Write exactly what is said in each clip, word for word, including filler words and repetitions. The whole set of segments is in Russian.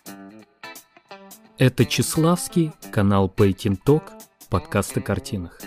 Это Числавский, канал Painting Talk, подкаст о картинах.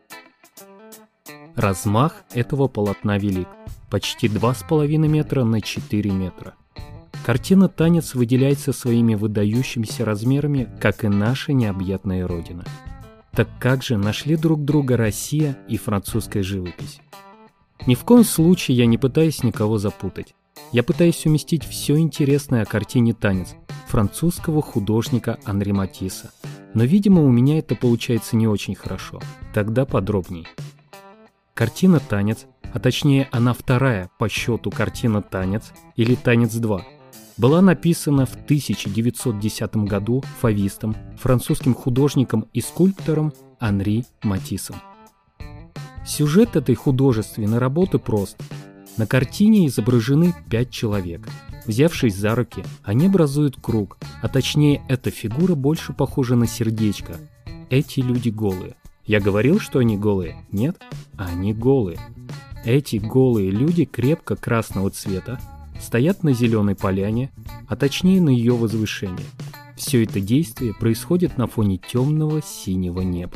Размах этого полотна велик, почти два с половиной метра на четыре метра. Картина «Танец» выделяется своими выдающимися размерами, как и наша необъятная родина. Так как же нашли друг друга Россия и французская живопись? Ни в коем случае я не пытаюсь никого запутать. Я пытаюсь уместить все интересное о картине «Танец» французского художника Анри Матисса. Но, видимо, у меня это получается не очень хорошо. Тогда подробней. Картина «Танец», а точнее она вторая по счету картина «Танец» или «Танец два», была написана в тысяча девятьсот десятом году фавистом, французским художником и скульптором Анри Матиссом. Сюжет этой художественной работы прост. На картине изображены пять человек. Взявшись за руки, они образуют круг, а точнее эта фигура больше похожа на сердечко. Эти люди голые. Я говорил, что они голые? Нет? Они голые. Эти голые люди крепко красного цвета стоят на зеленой поляне, а точнее на ее возвышении. Все это действие происходит на фоне темного синего неба.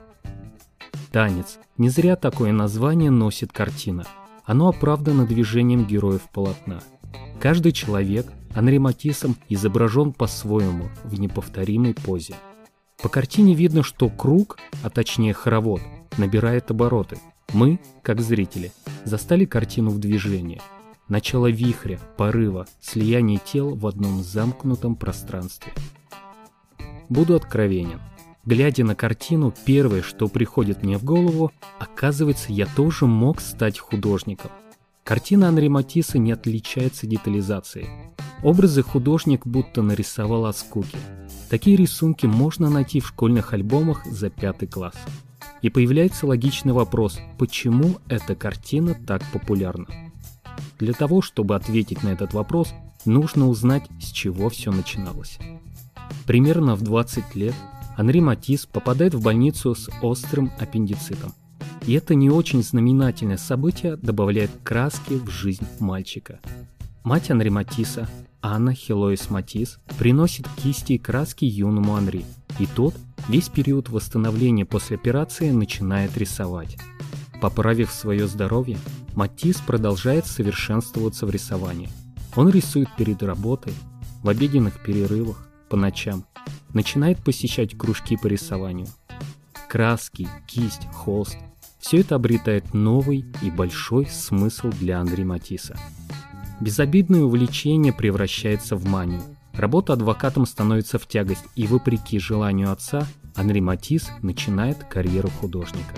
«Танец». Не зря такое название носит картина. Оно оправдано движением героев полотна. Каждый человек Анри Матиссом изображен по-своему в неповторимой позе. По картине видно, что круг, а точнее хоровод, набирает обороты. Мы, как зрители, застали картину в движении. Начало вихря, порыва, слияние тел в одном замкнутом пространстве. Буду откровенен. Глядя на картину, первое, что приходит мне в голову, оказывается, я тоже мог стать художником. Картина Анри Матисса не отличается детализацией. Образы художник будто нарисовал от скуки. Такие рисунки можно найти в школьных альбомах за пятый класс. И появляется логичный вопрос, почему эта картина так популярна? Для того, чтобы ответить на этот вопрос, нужно узнать, с чего все начиналось. Примерно в двадцать лет Анри Матисс попадает в больницу с острым аппендицитом. И это не очень знаменательное событие добавляет краски в жизнь мальчика. Мать Анри Матисса, Анна Хелоис Матисс, приносит кисти и краски юному Анри, и тот весь период восстановления после операции начинает рисовать. Поправив свое здоровье, Матисс продолжает совершенствоваться в рисовании. Он рисует перед работой, в обеденных перерывах, по ночам, начинает посещать кружки по рисованию. Краски, кисть, холст – все это обретает новый и большой смысл для Анри Матисса. Безобидное увлечение превращается в манию. Работа адвокатом становится в тягость, и вопреки желанию отца, Анри Матисс начинает карьеру художника.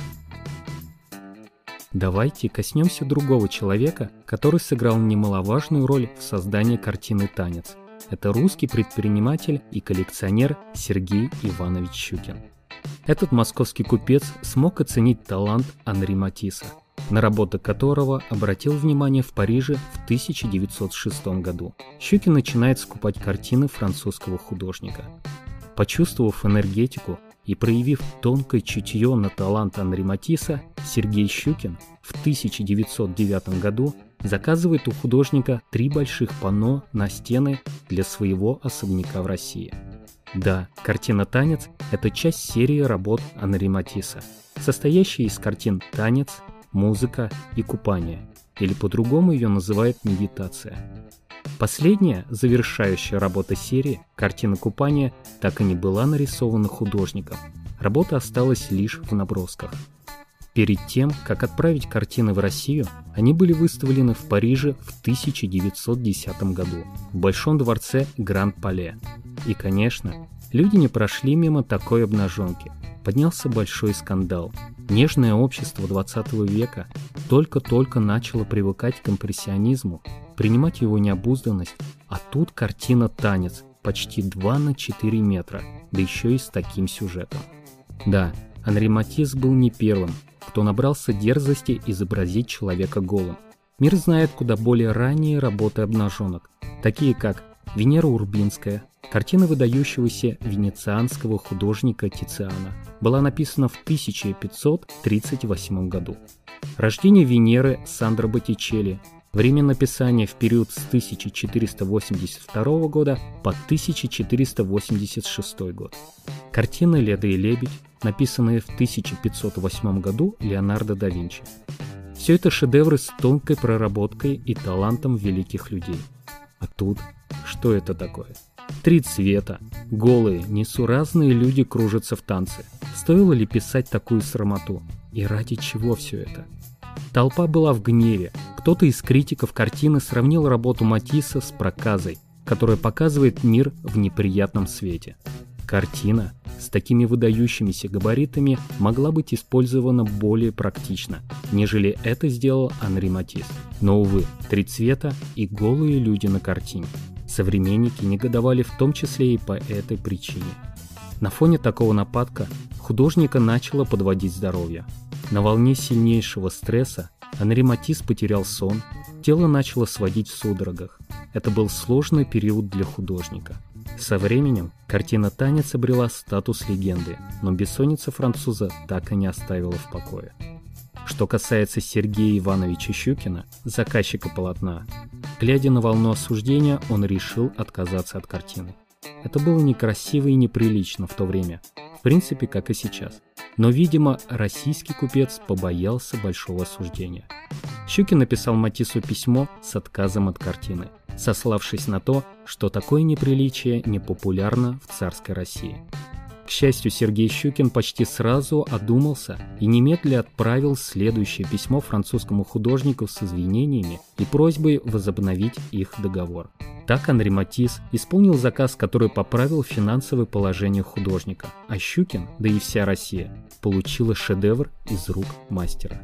Давайте коснемся другого человека, который сыграл немаловажную роль в создании картины «Танец». Это русский предприниматель и коллекционер Сергей Иванович Щукин. Этот московский купец смог оценить талант Анри Матисса, на работы которого обратил внимание в Париже в тысяча девятьсот шестом году. Щукин начинает скупать картины французского художника. Почувствовав энергетику и проявив тонкое чутье на талант Анри Матисса, Сергей Щукин в тысяча девятьсот девятом году заказывает у художника три больших панно на стены для своего особняка в России. Да, картина «Танец» — это часть серии работ Анри Матисса, состоящая из картин «Танец», «Музыка» и «Купание», или по-другому ее называют «Медитация». Последняя, завершающая работа серии, картина «Купание», так и не была нарисована художником. Работа осталась лишь в набросках. Перед тем, как отправить картины в Россию, они были выставлены в Париже в тысяча девятьсот десятом году в Большом дворце Гранд-Пале. И, конечно, люди не прошли мимо такой обнаженки. Поднялся большой скандал. Нежное общество двадцатого века только-только начало привыкать к импрессионизму, принимать его необузданность, а тут картина «Танец» почти два на четыре метра, да еще и с таким сюжетом. Да, Анри Матисс был не первым, кто набрался дерзости изобразить человека голым. Мир знает куда более ранние работы обнаженок, такие как Венера Урбинская, картина выдающегося венецианского художника Тициана, была написана в тысяча пятьсот тридцать восьмом году. Рождение Венеры Сандро Боттичелли, Время написания в период с тысяча четыреста восемьдесят второго года по тысяча четыреста восемьдесят шестой год. Картина «Леда и лебедь», написанная в тысяча пятьсот восьмом году Леонардо да Винчи. Все это шедевры с тонкой проработкой и талантом великих людей. А тут что это такое? Три цвета, голые, несуразные люди кружатся в танце. Стоило ли писать такую срамоту? И ради чего все это? Толпа была в гневе. Кто-то из критиков картины сравнил работу Матисса с проказой, которая показывает мир в неприятном свете. Картина с такими выдающимися габаритами могла быть использована более практично, нежели это сделал Анри Матисс. Но, увы, три цвета и голые люди на картине. Современники негодовали в том числе и по этой причине. На фоне такого нападка художника начало подводить здоровье. На волне сильнейшего стресса Анри Матисс потерял сон, тело начало сводить в судорогах. Это был сложный период для художника. Со временем картина «Танец» обрела статус легенды, но бессонница француза так и не оставила в покое. Что касается Сергея Ивановича Щукина, заказчика полотна, глядя на волну осуждения, он решил отказаться от картины. Это было некрасиво и неприлично в то время, в принципе, как и сейчас. Но, видимо, российский купец побоялся большого осуждения. Щукин написал Матиссу письмо с отказом от картины, сославшись на то, что такое неприличие не популярно в царской России. К счастью, Сергей Щукин почти сразу одумался и немедля отправил следующее письмо французскому художнику с извинениями и просьбой возобновить их договор. Так Анри Матисс исполнил заказ, который поправил финансовое положение художника, а Щукин, да и вся Россия, получила шедевр из рук мастера.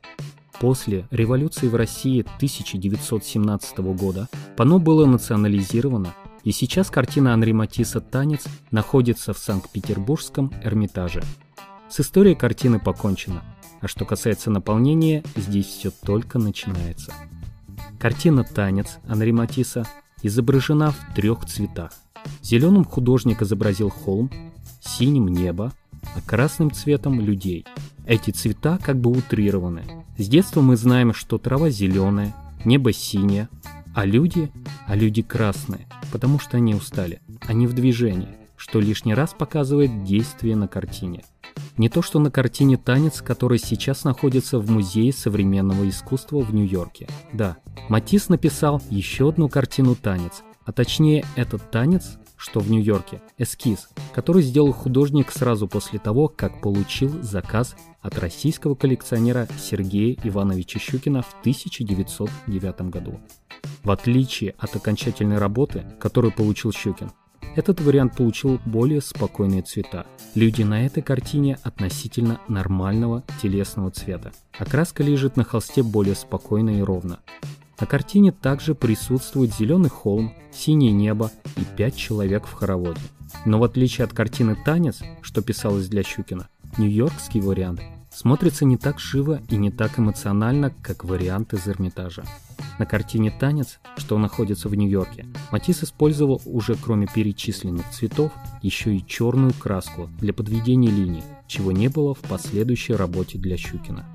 После революции в России тысяча девятьсот семнадцатого года панно было национализировано, и сейчас картина Анри Матисса «Танец» находится в Санкт-Петербургском Эрмитаже. С историей картины покончено, а что касается наполнения, здесь все только начинается. Картина «Танец» Анри Матисса изображена в трех цветах. Зеленым художник изобразил холм, синим – небо, а красным цветом – людей. Эти цвета как бы утрированы. С детства мы знаем, что трава зеленая, небо синее, а люди, а люди красные, потому что они устали, они в движении, что лишний раз показывает действие на картине. Не то что на картине «Танец», который сейчас находится в Музее современного искусства в Нью-Йорке. Да, Матисс написал еще одну картину «Танец», а точнее этот «Танец», что в Нью-Йорке, эскиз, который сделал художник сразу после того, как получил заказ от российского коллекционера Сергея Ивановича Щукина в тысяча девятьсот девятом году. В отличие от окончательной работы, которую получил Щукин, этот вариант получил более спокойные цвета. Люди на этой картине относительно нормального телесного цвета, а краска лежит на холсте более спокойно и ровно. На картине также присутствует зеленый холм, синее небо и пять человек в хороводе. Но в отличие от картины «Танец», что писалось для Щукина, нью-йоркский вариант смотрится не так живо и не так эмоционально, как вариант из Эрмитажа. На картине «Танец», что находится в Нью-Йорке, Матисс использовал уже кроме перечисленных цветов еще и черную краску для подведения линий, чего не было в последующей работе для Щукина.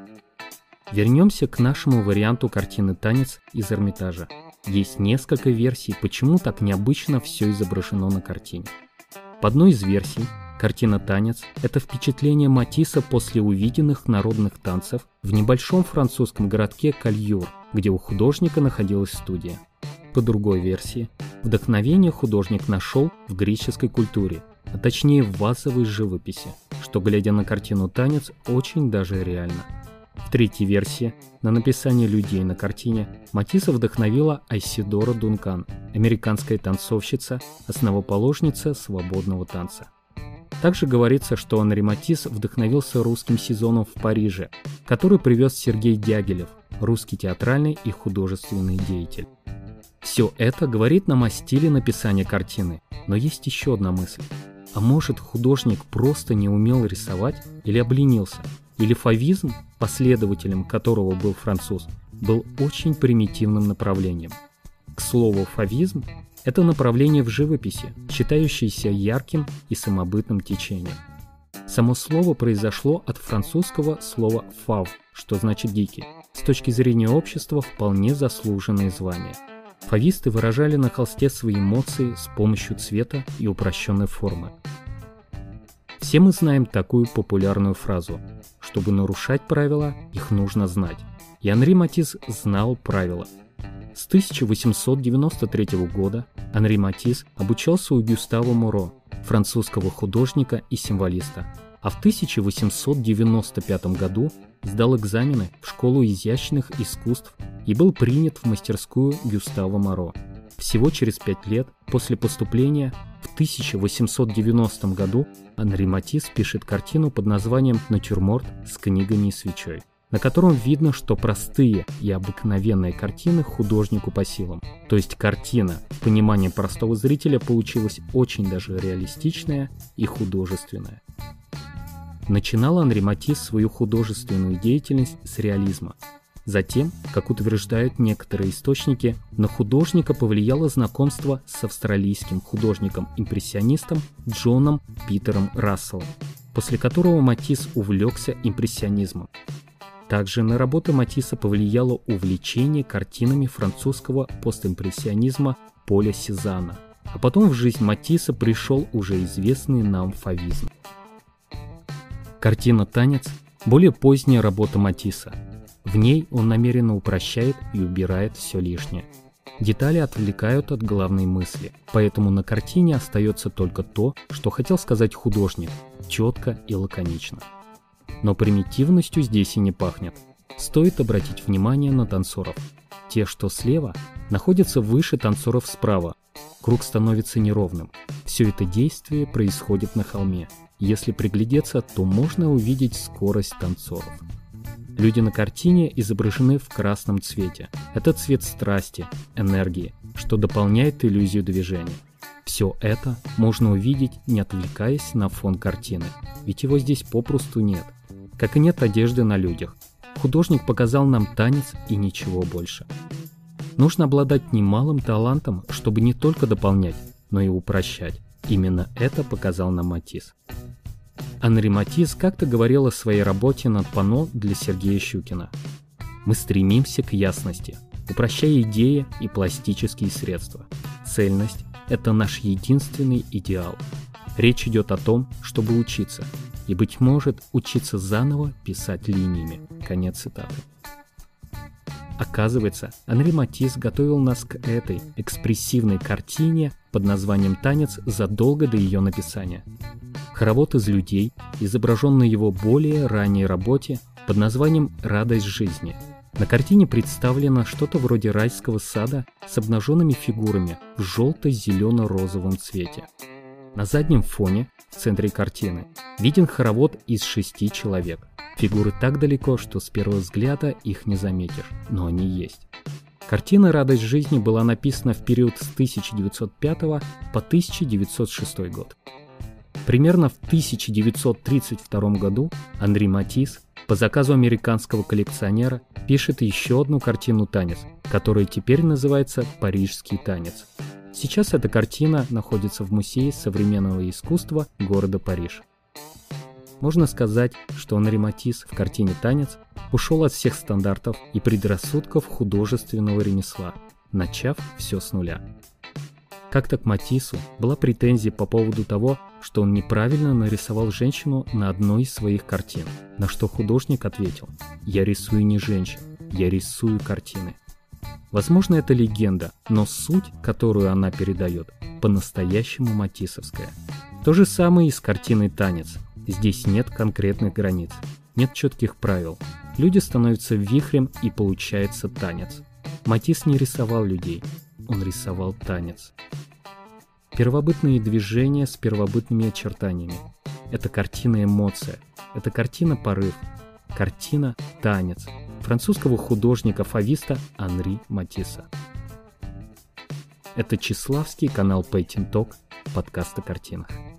Вернемся к нашему варианту картины «Танец» из Эрмитажа. Есть несколько версий, почему так необычно все изображено на картине. По одной из версий, картина «Танец» — это впечатление Матисса после увиденных народных танцев в небольшом французском городке Кальюр, где у художника находилась студия. По другой версии, вдохновение художник нашел в греческой культуре, а точнее в вазовой живописи, что, глядя на картину «Танец», очень даже реально. В третьей версии, на написание людей на картине, Матисса вдохновила Айседора Дункан, американская танцовщица, основоположница свободного танца. Также говорится, что Анри Матисс вдохновился русским сезоном в Париже, который привез Сергей Дягилев, русский театральный и художественный деятель. Все это говорит нам о стиле написания картины, но есть еще одна мысль. А может, художник просто не умел рисовать или обленился? Или фавизм, последователем которого был француз, был очень примитивным направлением? К слову, фавизм – это направление в живописи, считающееся ярким и самобытным течением. Само слово произошло от французского слова «фав», что значит «дикий». С точки зрения общества вполне заслуженные звания. Фависты выражали на холсте свои эмоции с помощью цвета и упрощенной формы. Все мы знаем такую популярную фразу: чтобы нарушать правила, их нужно знать. И Анри Матисс знал правила. С тысяча восемьсот девяносто третьего года Анри Матисс обучался у Гюстава Моро, французского художника и символиста, а в тысяча восемьсот девяносто пятом году сдал экзамены в Школу изящных искусств и был принят в мастерскую Гюстава Моро. Всего через пять лет после поступления в тысяча восемьсот девяностом году Анри Матисс пишет картину под названием «Натюрморт с книгами и свечой», на котором видно, что простые и обыкновенные картины художнику по силам. То есть картина, в понимании простого зрителя, получилась очень даже реалистичная и художественная. Начинал Анри Матисс свою художественную деятельность с реализма. Затем, как утверждают некоторые источники, на художника повлияло знакомство с австралийским художником-импрессионистом Джоном Питером Расселом, после которого Матисс увлекся импрессионизмом. Также на работы Матисса повлияло увлечение картинами французского постимпрессионизма Поля Сезанна, а потом в жизнь Матисса пришел уже известный нам фавизм. Картина «Танец» – более поздняя работа Матисса. В ней он намеренно упрощает и убирает все лишнее. Детали отвлекают от главной мысли, поэтому на картине остается только то, что хотел сказать художник, четко и лаконично. Но примитивностью здесь и не пахнет. Стоит обратить внимание на танцоров. Те, что слева, находятся выше танцоров справа. Круг становится неровным. Все это действие происходит на холме. Если приглядеться, то можно увидеть скорость танцоров. Люди на картине изображены в красном цвете. Это цвет страсти, энергии, что дополняет иллюзию движения. Все это можно увидеть, не отвлекаясь на фон картины, ведь его здесь попросту нет. Как и нет одежды на людях. Художник показал нам танец и ничего больше. Нужно обладать немалым талантом, чтобы не только дополнять, но и упрощать. Именно это показал нам Матисс. Анри Матисс как-то говорил о своей работе над панно для Сергея Щукина. «Мы стремимся к ясности, упрощая идеи и пластические средства. Цельность – это наш единственный идеал. Речь идет о том, чтобы учиться, и, быть может, учиться заново писать линиями». Конец цитаты. Оказывается, Анри Матисс готовил нас к этой экспрессивной картине под названием «Танец» задолго до ее написания. Хоровод из людей изображен на его более ранней работе под названием «Радость жизни». На картине представлено что-то вроде райского сада с обнаженными фигурами в желто-зелено-розовом цвете. На заднем фоне, в центре картины, виден хоровод из шести человек. Фигуры так далеко, что с первого взгляда их не заметишь, но они есть. Картина «Радость жизни» была написана в период с тысяча девятьсот пятого по тысяча девятьсот шестой год. Примерно в тысяча девятьсот тридцать втором году Анри Матисс по заказу американского коллекционера пишет еще одну картину «Танец», которая теперь называется «Парижский танец». Сейчас эта картина находится в Музее современного искусства города Париж. Можно сказать, что Анри Матисс в картине «Танец» ушел от всех стандартов и предрассудков художественного ремесла, начав все с нуля. Как-то к Матиссу была претензия по поводу того, что он неправильно нарисовал женщину на одной из своих картин, на что художник ответил: «Я рисую не женщин, я рисую картины». Возможно, это легенда, но суть, которую она передает, по-настоящему матиссовская. То же самое и с картиной «Танец». Здесь нет конкретных границ, нет четких правил. Люди становятся вихрем, и получается танец. Матисс не рисовал людей, он рисовал танец. Первобытные движения с первобытными очертаниями. Это картина-эмоция, это картина-порыв, картина «Танец» французского художника-фависта Анри Матисса. Это Числавский, канал Painting Talk, подкаст о картинах.